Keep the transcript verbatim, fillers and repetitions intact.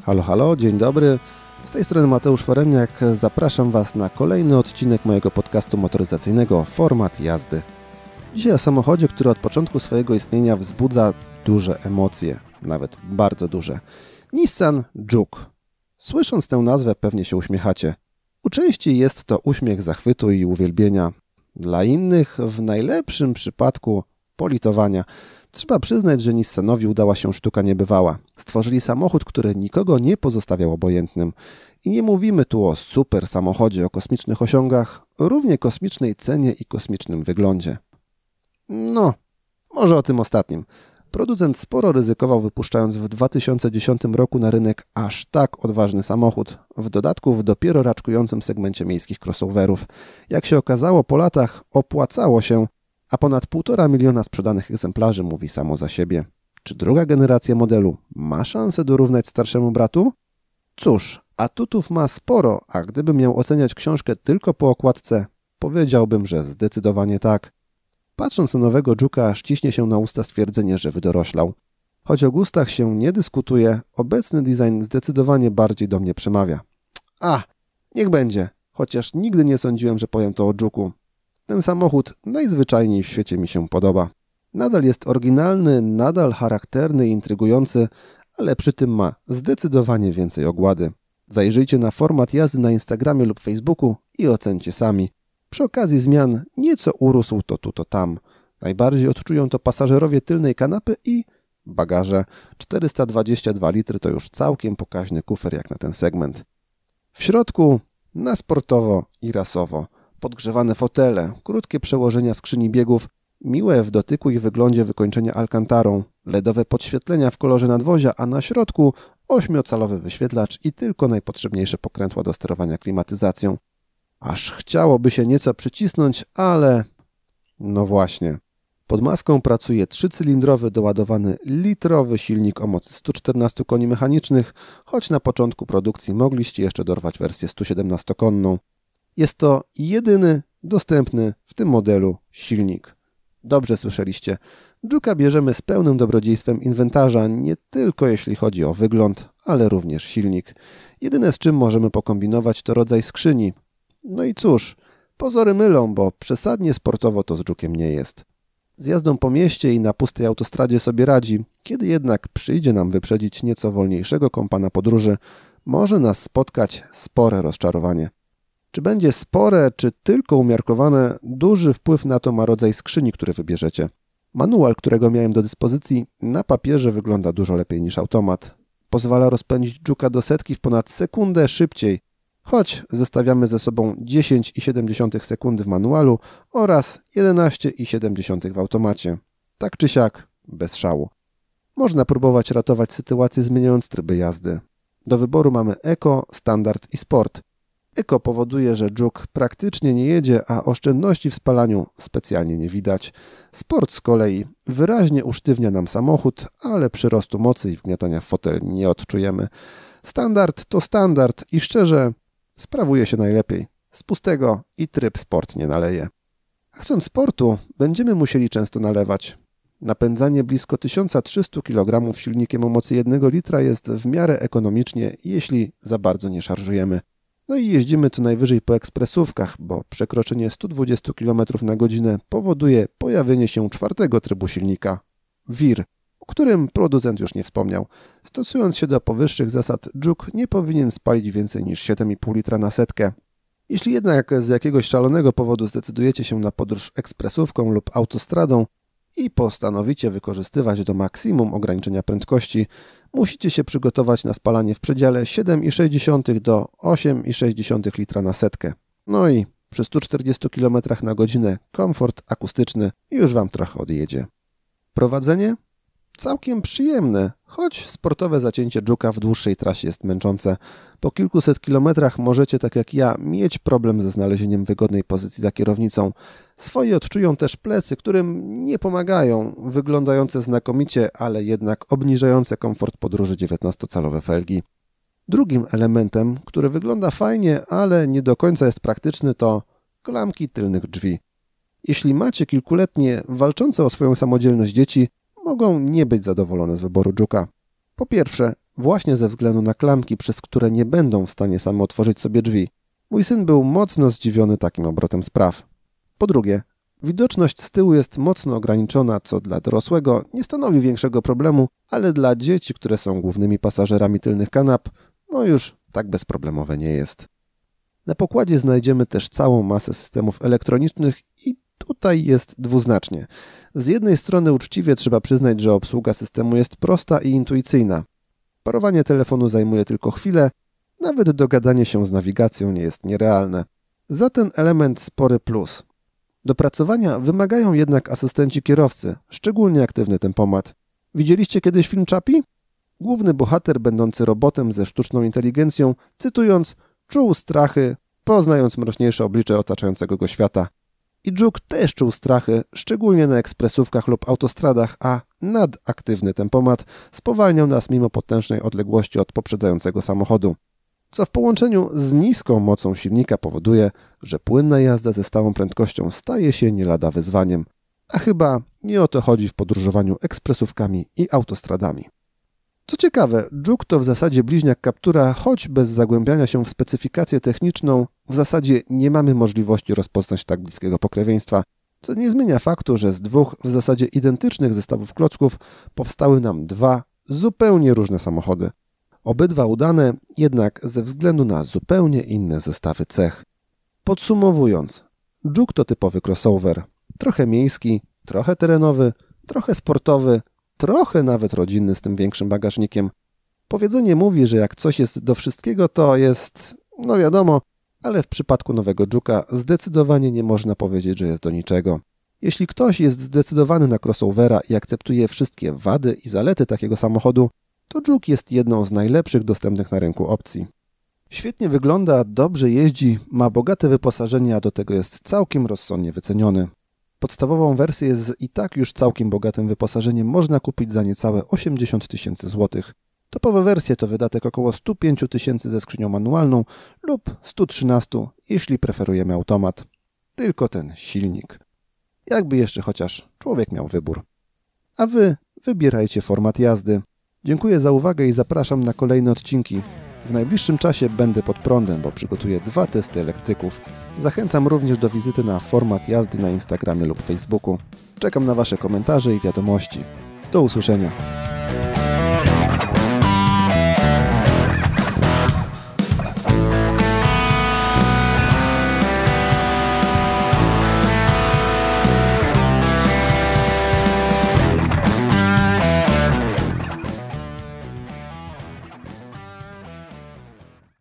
Halo, halo, dzień dobry. Z tej strony Mateusz Foremniak. Zapraszam Was na kolejny odcinek mojego podcastu motoryzacyjnego Format Jazdy. Dzisiaj o samochodzie, który od początku swojego istnienia wzbudza duże emocje, nawet bardzo duże. Nissan Juke. Słysząc tę nazwę pewnie się uśmiechacie. U części jest to uśmiech zachwytu i uwielbienia. Dla innych, w najlepszym przypadku, politowania. Trzeba przyznać, że Nissanowi udała się sztuka niebywała. Stworzyli samochód, który nikogo nie pozostawiał obojętnym. I nie mówimy tu o super samochodzie o kosmicznych osiągach, równie kosmicznej cenie i kosmicznym wyglądzie. No, może o tym ostatnim. Producent sporo ryzykował, wypuszczając w dwa tysiące dziesiątym roku na rynek aż tak odważny samochód, w dodatku w dopiero raczkującym segmencie miejskich crossoverów. Jak się okazało, po latach opłacało się, a ponad półtora miliona sprzedanych egzemplarzy mówi samo za siebie. Czy druga generacja modelu ma szansę dorównać starszemu bratu? Cóż, atutów ma sporo, a gdybym miał oceniać książkę tylko po okładce, powiedziałbym, że zdecydowanie tak. Patrząc na nowego Juke'a, aż ciśnie się na usta stwierdzenie, że wydoroślał. Choć o gustach się nie dyskutuje, obecny design zdecydowanie bardziej do mnie przemawia. A, niech będzie, chociaż nigdy nie sądziłem, że powiem to o Juke'u. Ten samochód najzwyczajniej w świecie mi się podoba. Nadal jest oryginalny, nadal charakterny i intrygujący, ale przy tym ma zdecydowanie więcej ogłady. Zajrzyjcie na Format Jazdy na Instagramie lub Facebooku i ocencie sami. Przy okazji zmian nieco urósł to tu, to tam. Najbardziej odczują to pasażerowie tylnej kanapy i bagaże. czterysta dwadzieścia dwa litry to już całkiem pokaźny kufer jak na ten segment. W środku na sportowo i rasowo. Podgrzewane fotele, krótkie przełożenia skrzyni biegów, miłe w dotyku i wyglądzie wykończenia alkantarą, ledowe podświetlenia w kolorze nadwozia, a na środku ośmiocalowy wyświetlacz i tylko najpotrzebniejsze pokrętła do sterowania klimatyzacją. Aż chciałoby się nieco przycisnąć, ale... No właśnie. Pod maską pracuje trzycylindrowy doładowany litrowy silnik o mocy stu czternastu koni mechanicznych, choć na początku produkcji mogliście jeszcze dorwać wersję stu siedemnastokonną. Jest to jedyny dostępny w tym modelu silnik. Dobrze słyszeliście. Juke'a bierzemy z pełnym dobrodziejstwem inwentarza, nie tylko jeśli chodzi o wygląd, ale również silnik. Jedyne z czym możemy pokombinować to rodzaj skrzyni. No i cóż, pozory mylą, bo przesadnie sportowo to z Juke'iem nie jest. Z jazdą po mieście i na pustej autostradzie sobie radzi, kiedy jednak przyjdzie nam wyprzedzić nieco wolniejszego kompana podróży, może nas spotkać spore rozczarowanie. Czy będzie spore, czy tylko umiarkowane, duży wpływ na to ma rodzaj skrzyni, który wybierzecie. Manual, którego miałem do dyspozycji, na papierze wygląda dużo lepiej niż automat. Pozwala rozpędzić Juke'a do setki w ponad sekundę szybciej, choć zestawiamy ze sobą dziesięć przecinek siedem sekundy w manualu oraz jedenaście przecinek siedem w automacie. Tak czy siak, bez szału. Można próbować ratować sytuację, zmieniając tryby jazdy. Do wyboru mamy Eco, Standard i Sport. Eco powoduje, że Juke praktycznie nie jedzie, a oszczędności w spalaniu specjalnie nie widać. Sport z kolei wyraźnie usztywnia nam samochód, ale przyrostu mocy i wgniatania w fotel nie odczujemy. Standard to standard i szczerze sprawuje się najlepiej. Z pustego i tryb Sport nie naleje. A chcąc sportu, będziemy musieli często nalewać. Napędzanie blisko tysiąc trzysta kilogramów silnikiem o mocy jednego litra jest w miarę ekonomicznie, jeśli za bardzo nie szarżujemy. No i jeździmy co najwyżej po ekspresówkach, bo przekroczenie stu dwudziestu kilometrów na godzinę powoduje pojawienie się czwartego trybu silnika V I R, o którym producent już nie wspomniał. Stosując się do powyższych zasad, Juke nie powinien spalić więcej niż siedem i pół litra na setkę. Jeśli jednak z jakiegoś szalonego powodu zdecydujecie się na podróż ekspresówką lub autostradą i postanowicie wykorzystywać do maksimum ograniczenia prędkości, musicie się przygotować na spalanie w przedziale siedem przecinek sześć do osiem przecinek sześć litra na setkę. No i przy stu czterdziestu kilometrach na godzinę komfort akustyczny już Wam trochę odjedzie. Prowadzenie? Całkiem przyjemne, choć sportowe zacięcie Juke'a w dłuższej trasie jest męczące. Po kilkuset kilometrach możecie, tak jak ja, mieć problem ze znalezieniem wygodnej pozycji za kierownicą. Swoje odczują też plecy, którym nie pomagają, wyglądające znakomicie, ale jednak obniżające komfort podróży dziewiętnastocalowe felgi. Drugim elementem, który wygląda fajnie, ale nie do końca jest praktyczny, to klamki tylnych drzwi. Jeśli macie kilkuletnie, walczące o swoją samodzielność dzieci, mogą nie być zadowolone z wyboru Juke'a. Po pierwsze, właśnie ze względu na klamki, przez które nie będą w stanie same otworzyć sobie drzwi. Mój syn był mocno zdziwiony takim obrotem spraw. Po drugie, widoczność z tyłu jest mocno ograniczona, co dla dorosłego nie stanowi większego problemu, ale dla dzieci, które są głównymi pasażerami tylnych kanap, no już tak bezproblemowe nie jest. Na pokładzie znajdziemy też całą masę systemów elektronicznych i tutaj jest dwuznacznie. Z jednej strony uczciwie trzeba przyznać, że obsługa systemu jest prosta i intuicyjna. Parowanie telefonu zajmuje tylko chwilę, nawet dogadanie się z nawigacją nie jest nierealne. Za ten element spory plus. Dopracowania wymagają jednak asystenci kierowcy, szczególnie aktywny tempomat. Widzieliście kiedyś film Chappie? Główny bohater, będący robotem ze sztuczną inteligencją, cytując, czuł strachy, poznając mroczniejsze oblicze otaczającego go świata. I Juke też czuł strachy, szczególnie na ekspresówkach lub autostradach, a nadaktywny tempomat spowalniał nas mimo potężnej odległości od poprzedzającego samochodu. Co w połączeniu z niską mocą silnika powoduje, że płynna jazda ze stałą prędkością staje się nie lada wyzwaniem. A chyba nie o to chodzi w podróżowaniu ekspresówkami i autostradami. Co ciekawe, Juke to w zasadzie bliźniak Captura, choć bez zagłębiania się w specyfikację techniczną w zasadzie nie mamy możliwości rozpoznać tak bliskiego pokrewieństwa, co nie zmienia faktu, że z dwóch w zasadzie identycznych zestawów klocków powstały nam dwa zupełnie różne samochody. Obydwa udane, jednak ze względu na zupełnie inne zestawy cech. Podsumowując, Juke to typowy crossover. Trochę miejski, trochę terenowy, trochę sportowy, trochę nawet rodzinny z tym większym bagażnikiem. Powiedzenie mówi, że jak coś jest do wszystkiego, to jest, no wiadomo, ale w przypadku nowego Juke'a zdecydowanie nie można powiedzieć, że jest do niczego. Jeśli ktoś jest zdecydowany na crossovera i akceptuje wszystkie wady i zalety takiego samochodu, to Juke jest jedną z najlepszych dostępnych na rynku opcji. Świetnie wygląda, dobrze jeździ, ma bogate wyposażenie, a do tego jest całkiem rozsądnie wyceniony. Podstawową wersję z i tak już całkiem bogatym wyposażeniem można kupić za niecałe osiemdziesiąt tysięcy złotych. Topowe wersje to wydatek około sto pięć tysięcy ze skrzynią manualną lub sto trzynaście, jeśli preferujemy automat. Tylko ten silnik. Jakby jeszcze chociaż człowiek miał wybór. A wy wybierajcie format jazdy. Dziękuję za uwagę i zapraszam na kolejne odcinki. W najbliższym czasie będę pod prądem, bo przygotuję dwa testy elektryków. Zachęcam również do wizyty na Format Jazdy na Instagramie lub Facebooku. Czekam na wasze komentarze i wiadomości. Do usłyszenia.